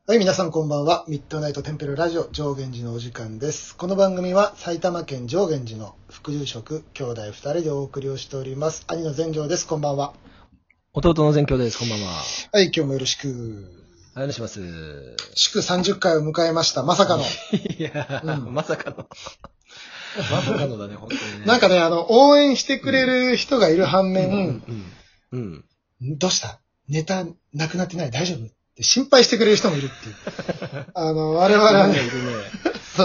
はい、皆さんこんばんは。ミッドナイトテンペルラジオ上源寺のお時間です。この番組は埼玉県上源寺の副住職兄弟2人でお送りをしております。兄の全城です。こんばんは。 弟の全教です。こんばんは。 はい、今日もよろしく。 お願いします。 祝30回を迎えました。まさかの。 いや、まさかの。まさかのだね、本当にね。 なんかね、応援してくれる人がいる反面、どうしたネタなくなってない大丈夫って心配してくれる人もいるっていう。我々はね、そう、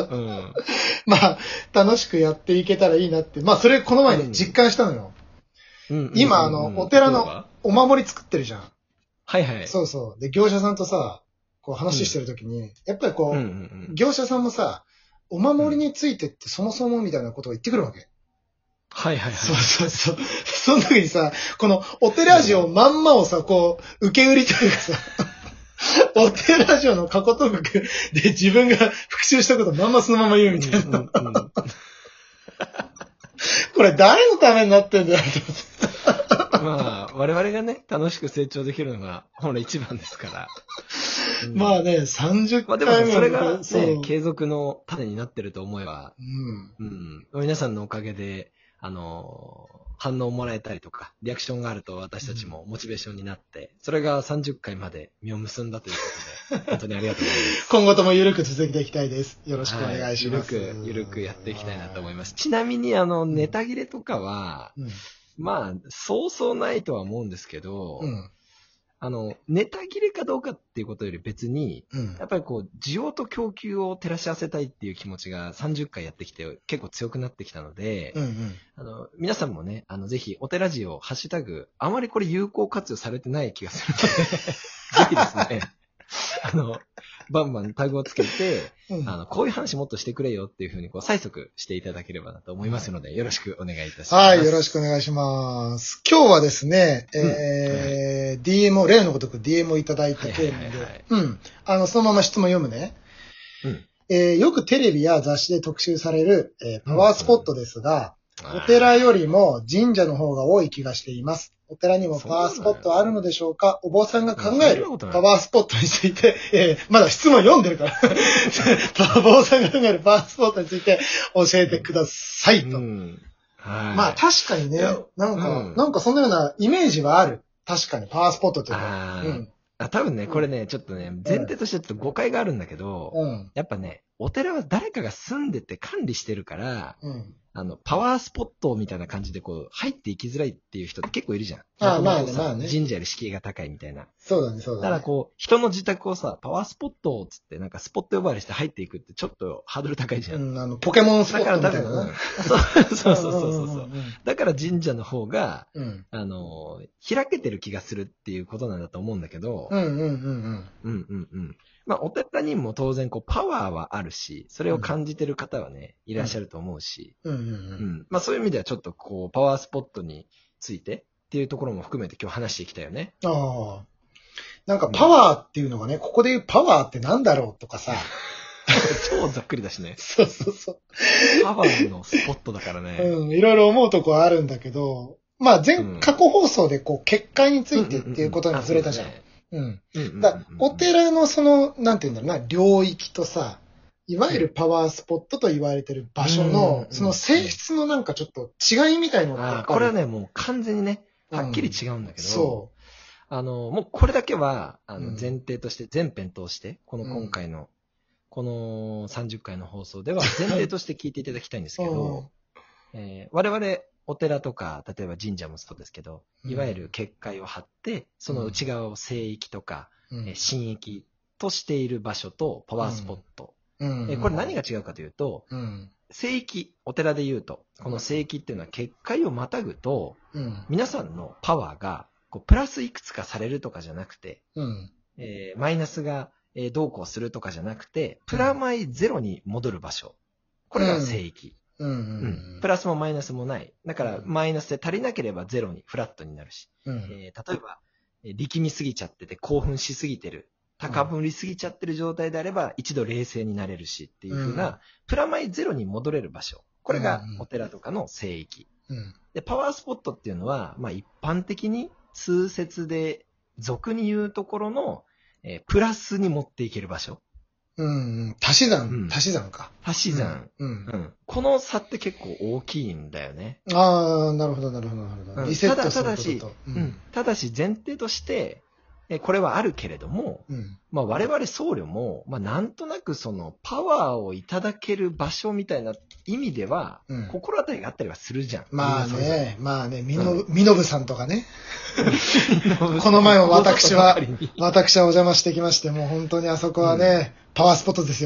まあ、楽しくやっていけたらいいなって。まあ、それこの前ね、実感したのよ。今、お寺のお守り作ってるじゃん。 はいはい。 そうそう。で、業者さんとさ、こう話してるときに、やっぱりこう、業者さんもさ、お守りについてってそもそもみたいなことを言ってくるわけ。 はいはいはい。 そうそうそう。その時にさ、このお寺ジオまんまをさ、こう、受け売りというかさ、お寺ジオの過去トークで自分が復習したことまんまそのまま言うみたいな。これ誰のためになってんだよってまあ、我々がね、楽しく成長できるのが本来一番ですから。 まあね、30回目。 まあでもそれがね、継続の種になってると思えば、皆さんのおかげで、反応をもらえたりとか、リアクションがあると私たちもモチベーションになって、それが30回まで実を結んだということで、本当にありがとうございます。 今後ともゆるく続けていきたいです。よろしくお願いします。 ゆるくやっていきたいなと思います。ちなみに、ネタ切れとかは、まあ、そうそうないとは思うんですけど、ネタ切れかどうかっていうことより別に、やっぱりこう、需要と供給を照らし合わせたいっていう気持ちが30回やってきて結構強くなってきたので、皆さんもね、ぜひ、お寺ジオ、ハッシュタグ、あまりこれ有効活用されてない気がするので、ぜひですね、バンバンタグをつけて、こういう話もっとしてくれよっていうふうにこう催促していただければなと思いますので、よろしくお願いいたします。 はい、よろしくお願いします。今日はですね、DM を、例のごとく DM をいただいたテーマで、そのまま質問読むね。よくテレビや雑誌で特集される、パワースポットですが、お寺よりも神社の方が多い気がしています。お寺にもパワースポットはあるのでしょうか？お坊さんが考えるパワースポットについて、まだ質問読んでるから。お坊さんが考えるパワースポットについて教えてくださいと。まあ確かにね、なんかそんなようなイメージはある。確かにパワースポットっていうのは。 多分ね、これね、ちょっとね、前提としてちょっと誤解があるんだけど、やっぱね、お寺は誰かが住んでて管理してるから、パワースポットみたいな感じでこう、入っていきづらいっていう人って結構いるじゃん。まあね。神社より敷居が高いみたいな。 そうだね。 だからこう、人の自宅をさ、パワースポットつって、なんかスポット呼ばわりして入っていくってちょっとハードル高いじゃん。 ポケモンスポットみたいな。 そう。だから神社の方が、開けてる気がするっていうことなんだと思うんだけど、まあ、お寺にも当然こう、パワーはあるし、それを感じてる方はね、いらっしゃると思うし、まあそういう意味ではちょっとこう、パワースポットについてっていうところも含めて今日話していきたいよね。 なんかパワーっていうのがね、ここで言うパワーってなんだろうとかさ。 超ざっくりだしね。 そう。 パワーのスポットだからね。 いろいろ思うとこはあるんだけど、まあ過去放送でこう、結界についてっていうことに触れたじゃん。お寺のその、なんていうんだろうな、領域とさ、いわゆるパワースポットと言われてる場所の、その性質のなんかちょっと違いみたいのが。 これはね、もう完全にね、はっきり違うんだけど、もうこれだけは、前提として、全編通して、今回の、この30回の放送では前提として聞いていただきたいんですけど、我々、お寺とか、例えば神社もそうですけど、いわゆる結界を張って、その内側を聖域とか、神域としている場所とパワースポット。これ何が違うかというと、聖域、お寺で言うと、この聖域っていうのは結界をまたぐと、皆さんのパワーがこうプラスいくつかされるとかじゃなくて、マイナスがどうこうするとかじゃなくて、プラマイゼロに戻る場所。これが聖域。プラスもマイナスもない。だから、マイナスで足りなければゼロに、フラットになるし。例えば、力みすぎちゃってて興奮しすぎてる。高ぶりすぎちゃってる状態であれば、一度冷静になれるしっていう風な、プラマイゼロに戻れる場所。これがお寺とかの聖域。で、パワースポットっていうのは、まあ一般的に通説で、俗に言うところの、 プラスに持っていける場所。 足し算か。 足し算。この差って結構大きいんだよね。 ああ、なるほど。リセットすることと。 ただし前提として、これはあるけれども、我々僧侶も、なんとなくそのパワーをいただける場所みたいな意味では、心当たりがあったりはするじゃん。 まあね、みのぶさんとかね。この前も私はお邪魔してきまして、もう本当にあそこはね、パワースポットですよ。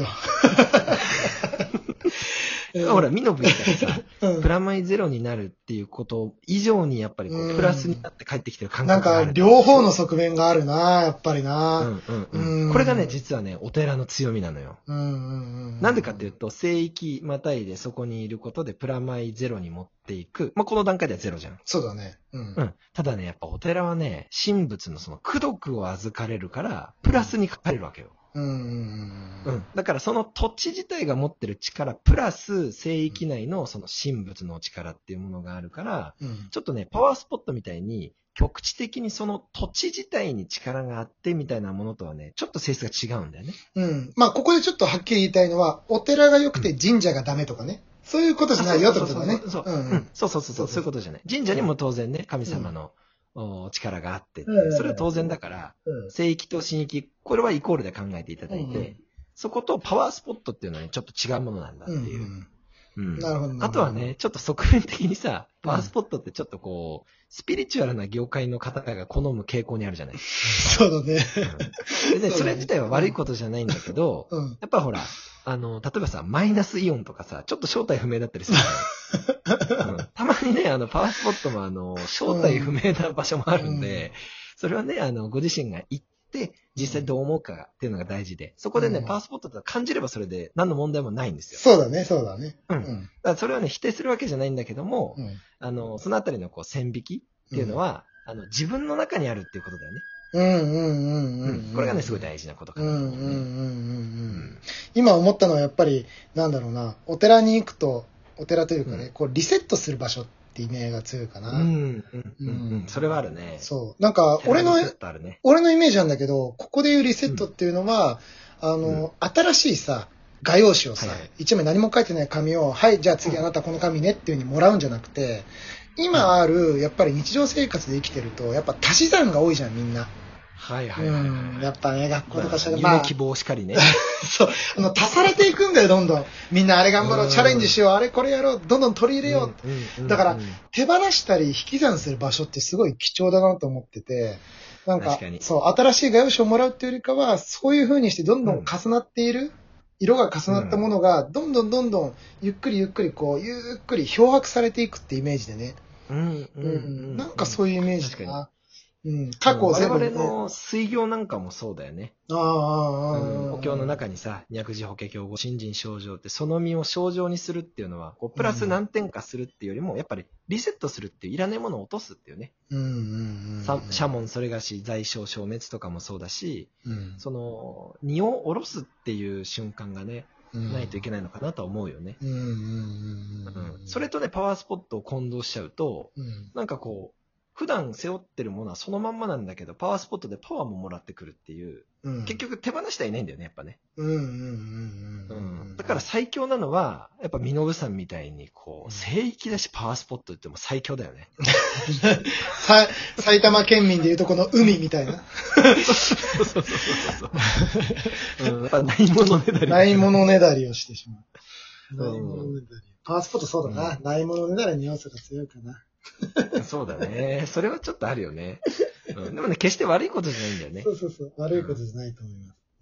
ほら、ミノブみたいなさ、プラマイゼロになるっていうこと以上にやっぱりこうプラスになって帰ってきてる感覚がある。 なんか両方の側面があるな、やっぱりな。 これがね、実はね、お寺の強みなのよ。なんでかっていうと、聖域またいでそこにいることでプラマイゼロに持っていく。この段階ではゼロじゃん。 そうだね。 ただね、やっぱお寺はね、神仏のその功徳を預かれるから、プラスに書かれるわけよ。だからその土地自体が持ってる力プラス聖域内のその神仏の力っていうものがあるから、ちょっとねパワースポットみたいに局地的にその土地自体に力があってみたいなものとはねちょっと性質が違うんだよね。 ここでちょっとはっきり言いたいのはお寺が良くて神社がダメとかね、そういうことじゃないよってことだね。そういうことじゃない。神社にも当然ね神様の力があって、それは当然だから、聖域と神域、これはイコールで考えていただいて、そことパワースポットっていうのはね、ちょっと違うものなんだっていう。 なるほど。 あとはね、ちょっと側面的にさ、パワースポットってちょっとこう、スピリチュアルな業界の方が好む傾向にあるじゃない。 そうだね。 でね、それ自体は悪いことじゃないんだけど、やっぱほら、例えばさ、マイナスイオンとかさ、ちょっと正体不明だったりするたまにね、パワースポットも正体不明な場所もあるんで、それはね、ご自身が行って、実際どう思うかっていうのが大事で、そこでね、パワースポットと感じればそれで何の問題もないんですよ。 そうだね。 だからそれはね、否定するわけじゃないんだけども、そのあたりのこう線引きっていうのは、自分の中にあるっていうことだよね。これがね、すごい大事なことかなと思うね。 今思ったのはやっぱり、なんだろうな、お寺に行くと、お寺というかね、こうリセットする場所ってイメージが強いかな。 それはあるね。 そう。なんか、俺のイメージなんだけど、ここでいうリセットっていうのは、新しいさ、画用紙をさ、一枚何も書いてない紙を、はい、じゃあ次あなたこの紙ねっていう風にもらうんじゃなくて、今ある、やっぱり日常生活で生きてると、やっぱ足し算が多いじゃん、みんな。やっぱね、学校とかしたら、 夢希望しかりね。 そう、足されていくんだよ、どんどん。みんなあれ頑張ろう、チャレンジしよう、あれこれやろう、どんどん取り入れよう。だから、手放したり引き算する場所ってすごい貴重だなと思ってて、なんか、そう、新しい画用紙をもらうっていうよりかは、そういう風にしてどんどん重なっている、色が重なったものが、どんどん、ゆっくりこう、ゆっくり漂白されていくってイメージでね。なんかそういうイメージかな。過去我々の水行なんかもそうだよね。お経の中にさ、薬事法華経、ご信心正常って、その身を正常にするっていうのは、こうプラス何点かするっていうよりも、やっぱりリセットするっていう、いらないものを落とすっていうね。社門それがし、在所消滅とかもそうだし、その、荷を下ろすっていう瞬間がね、ないといけないのかなとは思うよね。それとね、パワースポットを混同しちゃうと、なんかこう、普段背負ってるものはそのまんまなんだけど、パワースポットでパワーももらってくるっていう、結局手放してはいないんだよね、やっぱね。だから最強なのは、やっぱ身延さんみたいに、こう、聖域だしパワースポットっても最強だよね。 埼玉県民でいうとこの海みたいな。 やっぱないものねだり。 ないものねだりをしてしまう。パワースポットそうだな。ないものねだりの要素が強いかな。 そうだね。それはちょっとあるよね。でもね、決して悪いことじゃないんだよね。 そう。悪いことじゃないと思い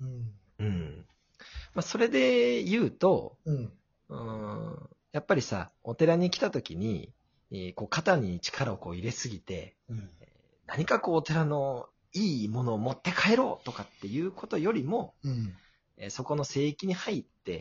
ます。それで言うと、やっぱりさ、お寺に来た時に、こう肩に力をこう入れすぎて、何かこうお寺のいいものを持って帰ろうとかっていうことよりも、そこの聖域に入って、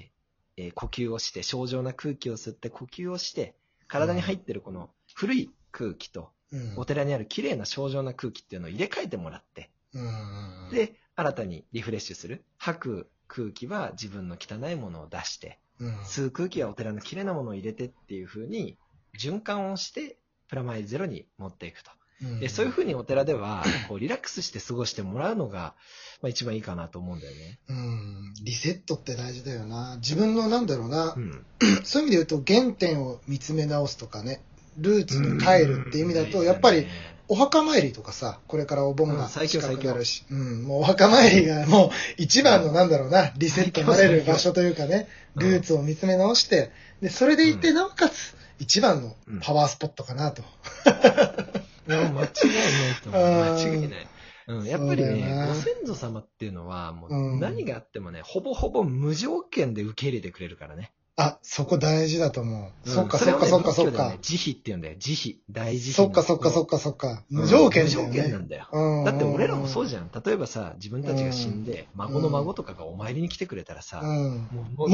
呼吸をして、清浄な空気を吸って呼吸をして、体に入ってるこの古い空気と、お寺にある綺麗な清浄な空気っていうのを入れ替えてもらって、で、新たにリフレッシュする。吐く空気は自分の汚いものを出して、吸う空気はお寺の綺麗なものを入れてっていう風に循環をして、プラマイゼロに持っていくと。 そういうふうにお寺では、こうリラックスして過ごしてもらうのが、まあ一番いいかなと思うんだよね。 リセットって大事だよな。自分のなんだろうな、そういう意味で言うと原点を見つめ直すとかね、ルーツに帰るっていう意味だと、やっぱりお墓参りとかさ、これからお盆が近くなるし、もうお墓参りがもう一番のなんだろうな、リセットされる場所というかね、ルーツを見つめ直して、で、それでいてなおかつ、一番のパワースポットかなと。 いや、間違いないと思う。間違いない。やっぱりね、ご先祖様っていうのは、もう何があってもね、ほぼほぼ無条件で受け入れてくれるからね。 あ、そこ大事だと思う。そっか。慈悲って言うんだよ。慈悲。大慈悲。そっか。無条件だよね。 無条件なんだよ。だって俺らもそうじゃん。例えばさ、自分たちが死んで、孫の孫とかがお参りに来てくれたらさ、 もう、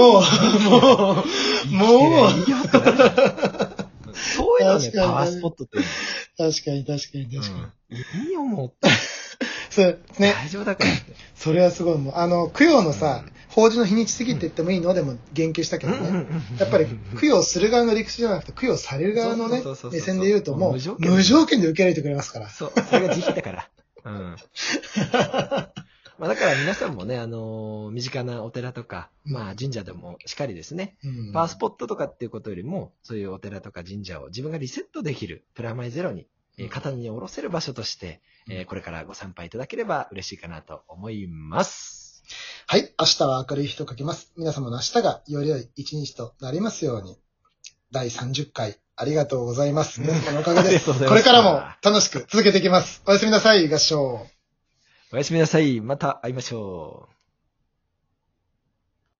そういうのね、パワースポットっていうの。確かに。 いいよ、もう。 そうね。 大丈夫だからって。 それはすごいもう、供養のさ、法事の日にち過ぎて言ってもいいのでも言及したけどね。やっぱり供養する側の理屈じゃなくて、供養される側のね、目線で言うともう、無条件で受け入れてくれますから。 そう。それが慈悲だから。まあだから皆さんもね、身近なお寺とか、まあ神社でもしっかりですね、パワースポットとかっていうことよりも、そういうお寺とか神社を自分がリセットできる、プラマイゼロに、肩に下ろせる場所として、これからご参拝いただければ嬉しいかなと思います。 はい。明日は明るい日と書きます。皆様の明日がより良い一日となりますように。第30回ありがとうございます。皆様のおかげです。これからも楽しく続けていきます。おやすみなさい、合唱。 おやすみなさい。また会いましょう。